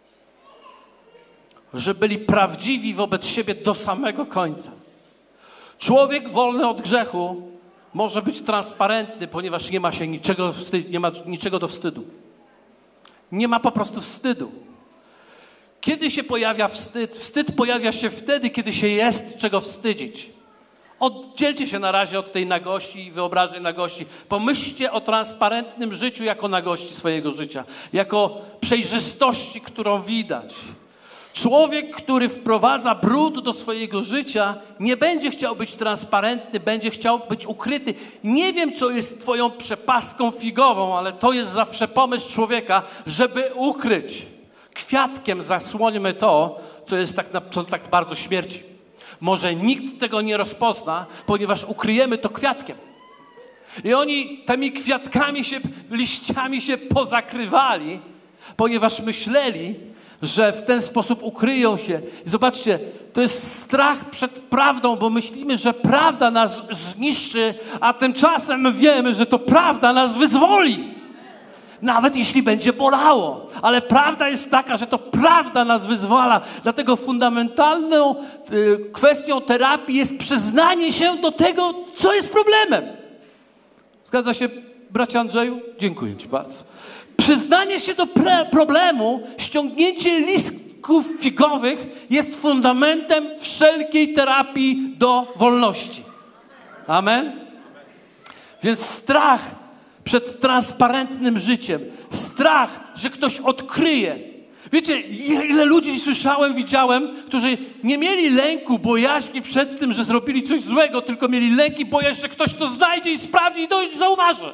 Że byli prawdziwi wobec siebie do samego końca. Człowiek wolny od grzechu może być transparentny, ponieważ nie ma się niczego, nie ma niczego do wstydu. Nie ma po prostu wstydu. Kiedy się pojawia wstyd? Wstyd pojawia się wtedy, kiedy się jest czego wstydzić. Oddzielcie się na razie od tej nagości i wyobrażeń nagości. Pomyślcie o transparentnym życiu jako nagości swojego życia. Jako przejrzystości, którą widać. Człowiek, który wprowadza brud do swojego życia, nie będzie chciał być transparentny, będzie chciał być ukryty. Nie wiem, co jest twoją przepaską figową, ale to jest zawsze pomysł człowieka, żeby ukryć. Kwiatkiem zasłońmy to, co jest tak, na, co tak bardzo śmierci. Może nikt tego nie rozpozna, ponieważ ukryjemy to kwiatkiem. I oni tymi kwiatkami się, liściami się pozakrywali, ponieważ myśleli, że w ten sposób ukryją się. I zobaczcie, to jest strach przed prawdą, bo myślimy, że prawda nas zniszczy, a tymczasem wiemy, że to prawda nas wyzwoli. Nawet jeśli będzie bolało. Ale prawda jest taka, że to prawda nas wyzwala. Dlatego fundamentalną y, kwestią terapii jest przyznanie się do tego, co jest problemem. Zgadza się, bracie Andrzeju? Dziękuję ci bardzo. Przyznanie się do pre- problemu, ściągnięcie listków figowych jest fundamentem wszelkiej terapii do wolności. Amen? Więc strach przed transparentnym życiem, strach, że ktoś odkryje. Wiecie, ile ludzi słyszałem, widziałem, którzy nie mieli lęku, bojaźni przed tym, że zrobili coś złego, tylko mieli lęk i bojaźń, że ktoś to znajdzie i sprawdzi i dojdzie, zauważy.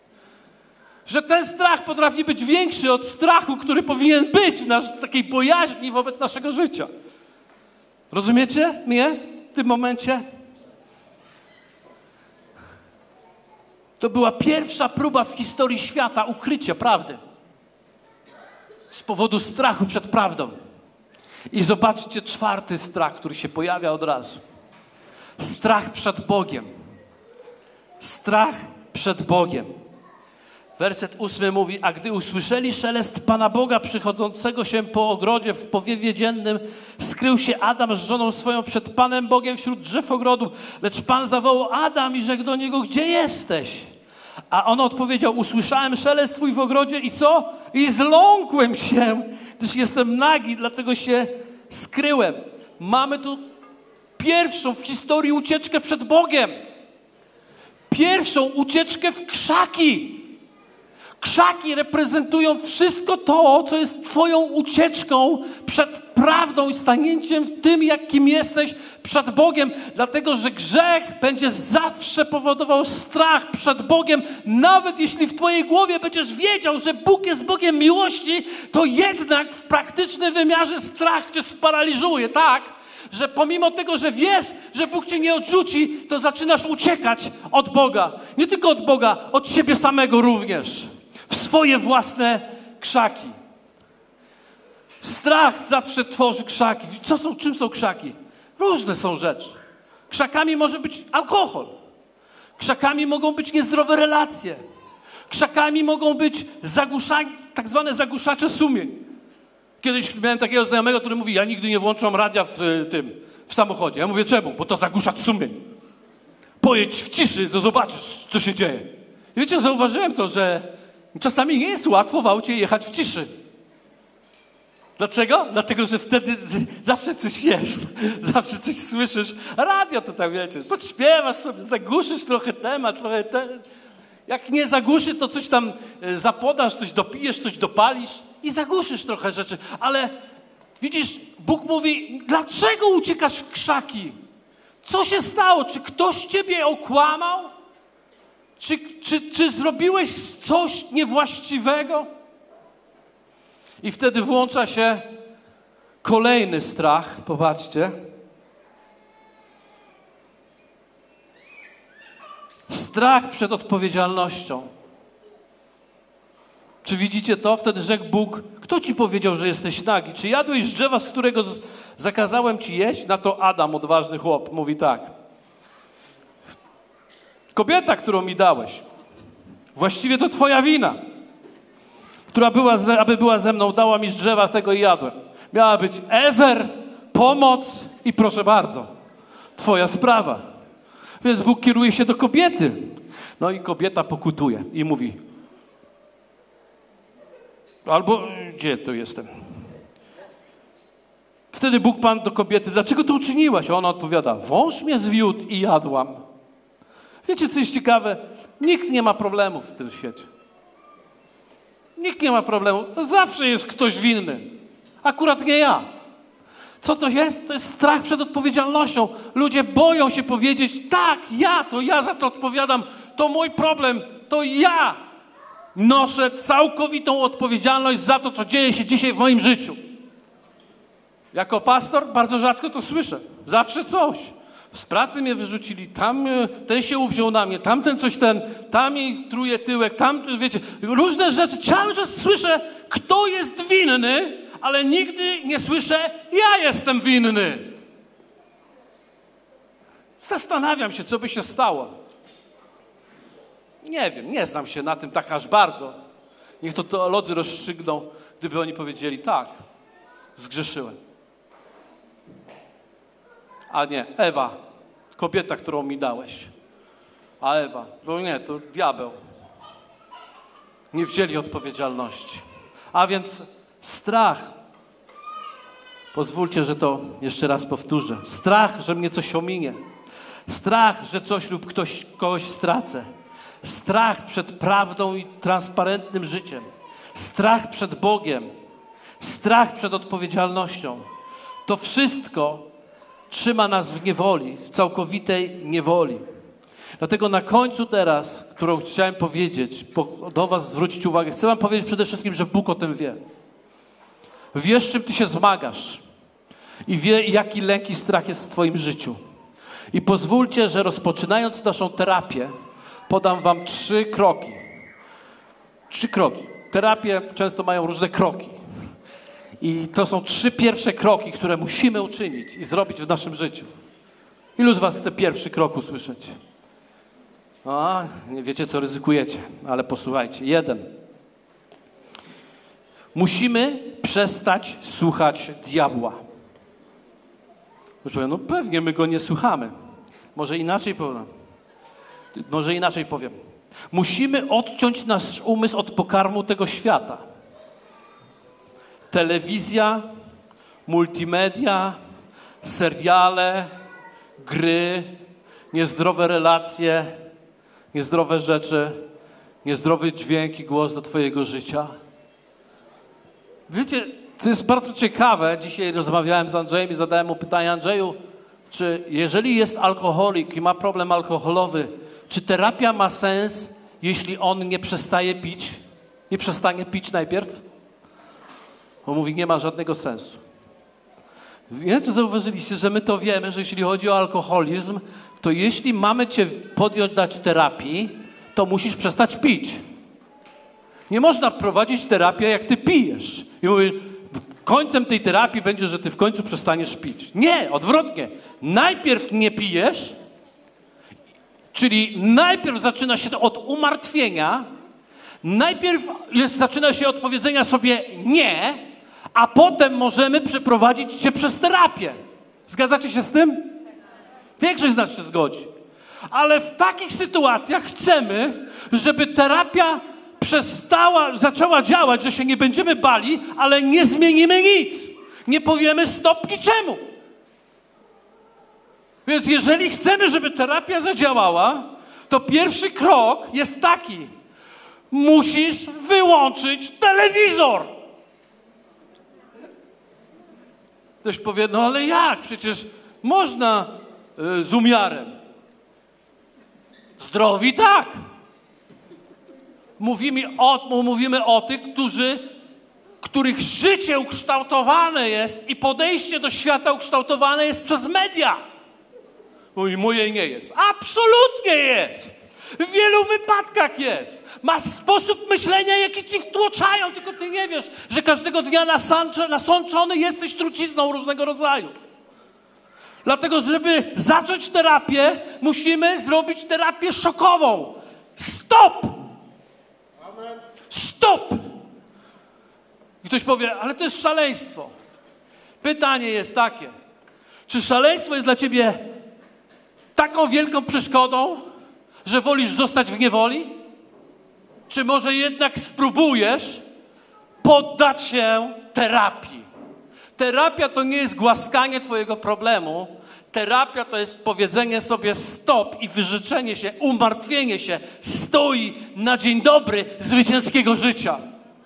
Że ten strach potrafi być większy od strachu, który powinien być w nas, takiej bojaźni wobec naszego życia. Rozumiecie mnie w tym momencie? To była pierwsza próba w historii świata ukrycia prawdy. Z powodu strachu przed prawdą. I zobaczcie czwarty strach, który się pojawia od razu. Strach przed Bogiem. Strach przed Bogiem. Werset ósmy mówi, a gdy usłyszeli szelest Pana Boga przychodzącego się po ogrodzie w powiewie dziennym, skrył się Adam z żoną swoją przed Panem Bogiem wśród drzew ogrodu. Lecz Pan zawołał, Adam, i rzekł do niego, gdzie jesteś? A on odpowiedział, usłyszałem szelest Twój w ogrodzie i co? I zląkłem się, gdyż jestem nagi, dlatego się skryłem. Mamy tu pierwszą w historii ucieczkę przed Bogiem. Pierwszą ucieczkę w krzaki. Krzaki reprezentują wszystko to, co jest Twoją ucieczką przed prawdą i stanięciem w tym, jakim jesteś przed Bogiem. Dlatego, że grzech będzie zawsze powodował strach przed Bogiem. Nawet jeśli w Twojej głowie będziesz wiedział, że Bóg jest Bogiem miłości, to jednak w praktycznym wymiarze strach Cię sparaliżuje, tak? Że pomimo tego, że wiesz, że Bóg Cię nie odrzuci, to zaczynasz uciekać od Boga. Nie tylko od Boga, od siebie samego również. W swoje własne krzaki. Strach zawsze tworzy krzaki. Co są, czym są krzaki? Różne są rzeczy. Krzakami może być alkohol. Krzakami mogą być niezdrowe relacje. Krzakami mogą być zagłuszanie, tak zwane zagłuszacze sumień. Kiedyś miałem takiego znajomego, który mówi, ja nigdy nie włączam radia w tym, w samochodzie. Ja mówię, czemu? Bo to zagłuszacz sumień. Pojedź w ciszy, to zobaczysz, co się dzieje. I wiecie, zauważyłem to, że czasami nie jest łatwo w aucie jechać w ciszy. Dlaczego? Dlatego, że wtedy zawsze coś jest, zawsze coś słyszysz. Radio to tak, wiecie, podśpiewasz sobie, zagłuszysz trochę temat, trochę ten. Jak nie zagłuszy, to coś tam zapodasz, coś dopijesz, coś dopalisz i zagłuszysz trochę rzeczy. Ale widzisz, Bóg mówi, dlaczego uciekasz w krzaki? Co się stało? Czy ktoś ciebie okłamał? Czy, czy, czy zrobiłeś coś niewłaściwego? I wtedy włącza się kolejny strach. Popatrzcie. Strach przed odpowiedzialnością. Czy widzicie to? Wtedy rzekł Bóg, kto ci powiedział, że jesteś nagi? Czy jadłeś z drzewa, z którego zakazałem ci jeść? Na to Adam, odważny chłop, mówi tak. Kobieta, którą mi dałeś, właściwie to twoja wina, która była, ze, aby była ze mną, dała mi z drzewa tego i jadłem. Miała być ezer, pomoc i proszę bardzo, twoja sprawa. Więc Bóg kieruje się do kobiety. No i kobieta pokutuje i mówi, albo gdzie tu jestem? Wtedy Bóg Pan do kobiety, dlaczego to uczyniłaś? A ona odpowiada, wąż mnie zwiódł i jadłam. Wiecie, co jest ciekawe? Nikt nie ma problemów w tym świecie. Nikt nie ma problemu. Zawsze jest ktoś winny. Akurat nie ja. Co to jest? To jest strach przed odpowiedzialnością. Ludzie boją się powiedzieć, tak, ja, to ja za to odpowiadam. To mój problem, to ja noszę całkowitą odpowiedzialność za to, co dzieje się dzisiaj w moim życiu. Jako pastor bardzo rzadko to słyszę. Zawsze coś. Z pracy mnie wyrzucili, tam ten się uwziął na mnie, tamten coś ten, tam jej truje tyłek, tam, wiecie, różne rzeczy. Cały czas słyszę, kto jest winny, ale nigdy nie słyszę, ja jestem winny. Zastanawiam się, co by się stało. Nie wiem, nie znam się na tym tak aż bardzo. Niech to teolodzy rozstrzygną, gdyby oni powiedzieli, tak, zgrzeszyłem. A nie, Ewa, kobieta, którą mi dałeś. A Ewa, no nie, to diabeł. Nie wzięli odpowiedzialności. A więc strach. Pozwólcie, że to jeszcze raz powtórzę. Strach, że mnie coś ominie. Strach, że coś lub ktoś, kogoś stracę. Strach przed prawdą i transparentnym życiem. Strach przed Bogiem. Strach przed odpowiedzialnością. To wszystko trzyma nas w niewoli, w całkowitej niewoli. Dlatego na końcu teraz, którą chciałem powiedzieć, do was zwrócić uwagę, chcę wam powiedzieć przede wszystkim, że Bóg o tym wie. Wie, z czym ty się zmagasz i wie, jaki lęk i strach jest w twoim życiu. I pozwólcie, że rozpoczynając naszą terapię, podam wam trzy kroki. Trzy kroki. Terapie często mają różne kroki. I to są trzy pierwsze kroki, które musimy uczynić i zrobić w naszym życiu. Ilu z was chce pierwszy krok usłyszeć? A, nie wiecie, co ryzykujecie, ale posłuchajcie. Jeden. Musimy przestać słuchać diabła. No pewnie my go nie słuchamy. Może inaczej powiem. Może inaczej powiem. Musimy odciąć nasz umysł od pokarmu tego świata. Telewizja, multimedia, seriale, gry, niezdrowe relacje, niezdrowe rzeczy, niezdrowy dźwięk i głos do twojego życia. Wiecie, to jest bardzo ciekawe. Dzisiaj rozmawiałem z Andrzejem i zadałem mu pytanie: Andrzeju, czy jeżeli jest alkoholik i ma problem alkoholowy, czy terapia ma sens, jeśli on nie przestaje pić? Nie przestanie pić najpierw? On mówi, nie ma żadnego sensu. Nie wiem, czy zauważyliście, że my to wiemy, że jeśli chodzi o alkoholizm, to jeśli mamy cię podjąć dać terapii, to musisz przestać pić. Nie można prowadzić terapię, jak ty pijesz. I mówię, końcem tej terapii będzie, że ty w końcu przestaniesz pić. Nie, odwrotnie. Najpierw nie pijesz, czyli najpierw zaczyna się od umartwienia, najpierw jest, zaczyna się od powiedzenia sobie nie, a potem możemy przeprowadzić cię przez terapię. Zgadzacie się z tym? Większość z nas się zgodzi. Ale w takich sytuacjach chcemy, żeby terapia przestała, zaczęła działać, że się nie będziemy bali, ale nie zmienimy nic. Nie powiemy stop niczemu. Więc jeżeli chcemy, żeby terapia zadziałała, to pierwszy krok jest taki. Musisz wyłączyć telewizor. Ktoś powie, no ale jak? Przecież można y, z umiarem. Zdrowi tak. Mówimy o, mówimy o tych, którzy, których życie ukształtowane jest i podejście do świata ukształtowane jest przez media. Mój, moje nie jest. Absolutnie jest. W wielu wypadkach jest. Masz sposób myślenia, jaki ci wtłoczają, tylko ty nie wiesz, że każdego dnia nasancze, nasączony jesteś trucizną różnego rodzaju. Dlatego, żeby zacząć terapię, musimy zrobić terapię szokową. Stop! Stop! I ktoś powie, ale to jest szaleństwo. Pytanie jest takie, czy szaleństwo jest dla ciebie taką wielką przeszkodą, że wolisz zostać w niewoli? Czy może jednak spróbujesz poddać się terapii? Terapia to nie jest głaskanie twojego problemu. Terapia to jest powiedzenie sobie stop i wyrzeczenie się, umartwienie się stoi na dzień dobry zwycięskiego życia.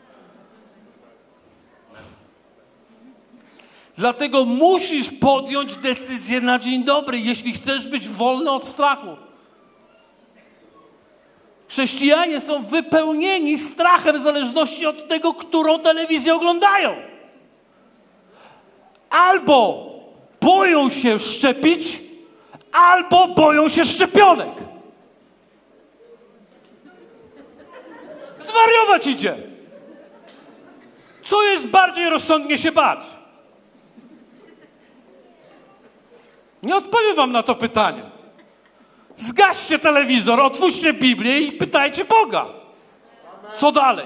Dlatego musisz podjąć decyzję na dzień dobry, jeśli chcesz być wolny od strachu. Chrześcijanie są wypełnieni strachem w zależności od tego, którą telewizję oglądają. Albo boją się szczepić, albo boją się szczepionek. Zwariować idzie. Co jest bardziej rozsądnie się bać? Nie odpowiem wam na to pytanie. Zgaście telewizor, otwórzcie Biblię i pytajcie Boga. Co dalej?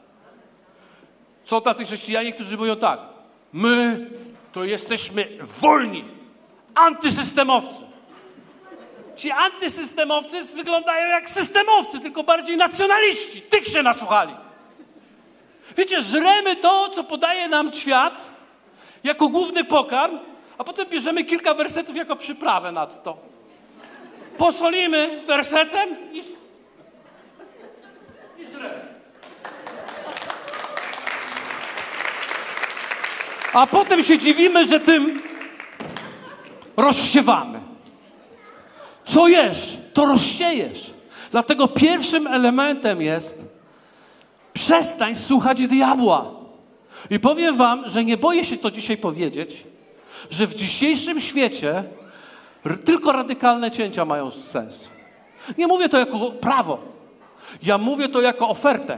Są tacy chrześcijanie, którzy mówią tak. My to jesteśmy wolni. Antysystemowcy. Ci antysystemowcy wyglądają jak systemowcy, tylko bardziej nacjonaliści. Tych się nasłuchali. Wiecie, żremy to, co podaje nam świat jako główny pokarm, a potem bierzemy kilka wersetów jako przyprawę nad to. Posolimy wersetem i, i żremy. A potem się dziwimy, że tym rozsiewamy. Co jesz, to rozsiejesz. Dlatego pierwszym elementem jest przestań słuchać diabła. I powiem wam, że nie boję się to dzisiaj powiedzieć, że w dzisiejszym świecie tylko radykalne cięcia mają sens. Nie mówię to jako prawo. Ja mówię to jako ofertę.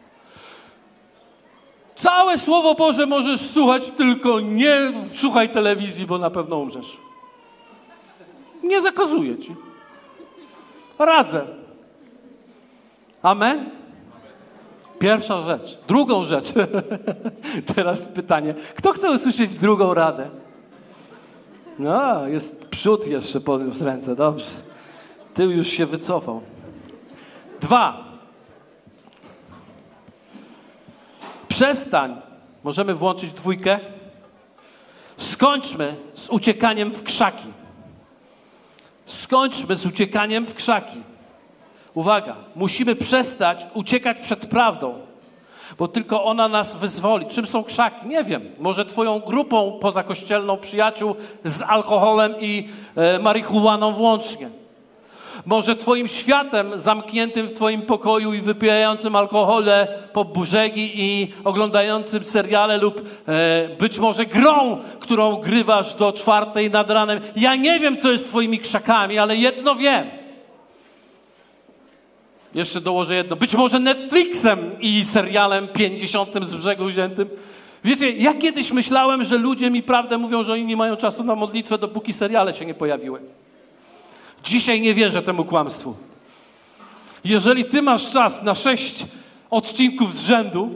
Całe Słowo Boże możesz słuchać, tylko nie słuchaj telewizji, bo na pewno umrzesz. Nie zakazuję ci. Radzę. Amen? Pierwsza rzecz. Drugą rzecz. Teraz pytanie. Kto chce usłyszeć drugą radę? No, jest przód jeszcze, podniósł ręce. Dobrze. Tył już się wycofał. Dwa. Przestań. Możemy włączyć dwójkę? Skończmy z uciekaniem w krzaki. Skończmy z uciekaniem w krzaki. Uwaga, musimy przestać uciekać przed prawdą, bo tylko ona nas wyzwoli. Czym są krzaki? Nie wiem. Może twoją grupą pozakościelną przyjaciół z alkoholem i e, marihuaną włącznie. Może twoim światem zamkniętym w twoim pokoju i wypijającym alkohole po brzegi i oglądającym seriale lub e, być może grą, którą grywasz do czwartej nad ranem. Ja nie wiem, co jest twoimi krzakami, ale jedno wiem. Jeszcze dołożę jedno. Być może Netflixem i serialem pięćdziesiątym z brzegu wziętym. Wiecie, ja kiedyś myślałem, że ludzie mi prawdę mówią, że oni nie mają czasu na modlitwę, dopóki seriale się nie pojawiły. Dzisiaj nie wierzę temu kłamstwu. Jeżeli ty masz czas na sześć odcinków z rzędu,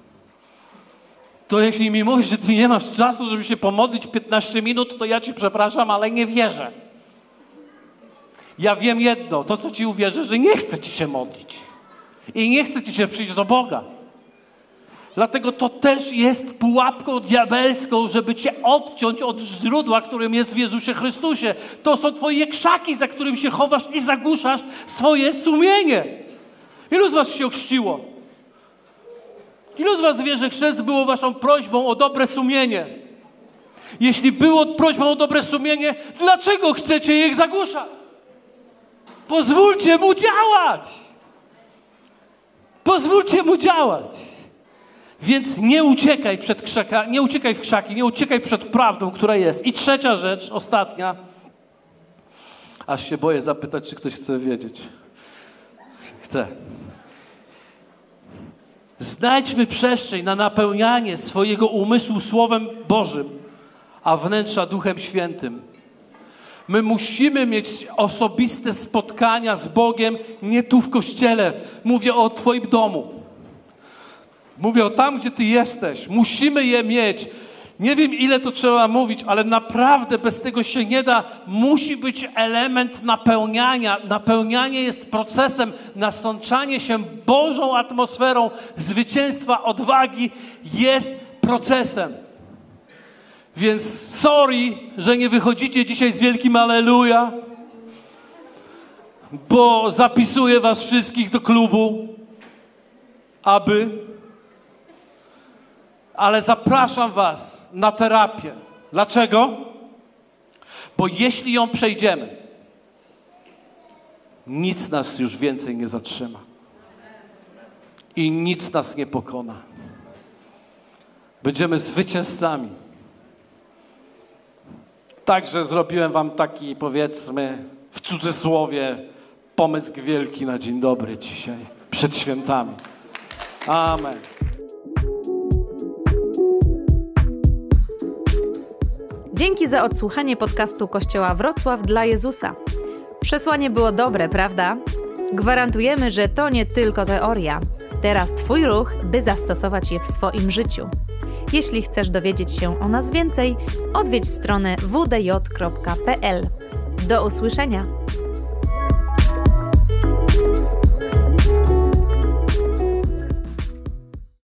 to jeśli mi mówisz, że ty nie masz czasu, żeby się pomodlić piętnaście minut, to ja ci przepraszam, ale nie wierzę. Ja wiem jedno, to co ci uwierzę, że nie chcę ci się modlić. I nie chcę ci się przyjść do Boga. Dlatego to też jest pułapką diabelską, żeby cię odciąć od źródła, którym jest w Jezusie Chrystusie. To są twoje krzaki, za którym się chowasz i zagłuszasz swoje sumienie. Ilu z was się ochrzciło? Ilu z was wie, że chrzest było waszą prośbą o dobre sumienie? Jeśli było prośbą o dobre sumienie, dlaczego chcecie je zagłuszać? Pozwólcie mu działać. Pozwólcie mu działać. Więc nie uciekaj przed krzaka, nie uciekaj w krzaki, nie uciekaj przed prawdą, która jest. I trzecia rzecz, ostatnia. Aż się boję zapytać, czy ktoś chce wiedzieć. Chce. Znajdźmy przestrzeń na napełnianie swojego umysłu Słowem Bożym, a wnętrza Duchem Świętym. My musimy mieć osobiste spotkania z Bogiem, nie tu w kościele. Mówię o twoim domu. Mówię o tam, gdzie ty jesteś. Musimy je mieć. Nie wiem, ile to trzeba mówić, ale naprawdę bez tego się nie da. Musi być element napełniania. Napełnianie jest procesem. Nasączanie się Bożą atmosferą zwycięstwa, odwagi jest procesem. Więc sorry, że nie wychodzicie dzisiaj z wielkim alleluja, bo zapisuję was wszystkich do klubu, aby... Ale zapraszam was na terapię. Dlaczego? Bo jeśli ją przejdziemy, nic nas już więcej nie zatrzyma. I nic nas nie pokona. Będziemy zwycięzcami. Także zrobiłem wam taki, powiedzmy, w cudzysłowie, pomysł wielki na dzień dobry dzisiaj, przed świętami. Amen. Dzięki za odsłuchanie podcastu Kościoła Wrocław dla Jezusa. Przesłanie było dobre, prawda? Gwarantujemy, że to nie tylko teoria. Teraz twój ruch, by zastosować je w swoim życiu. Jeśli chcesz dowiedzieć się o nas więcej, odwiedź stronę w d j kropka p l. Do usłyszenia!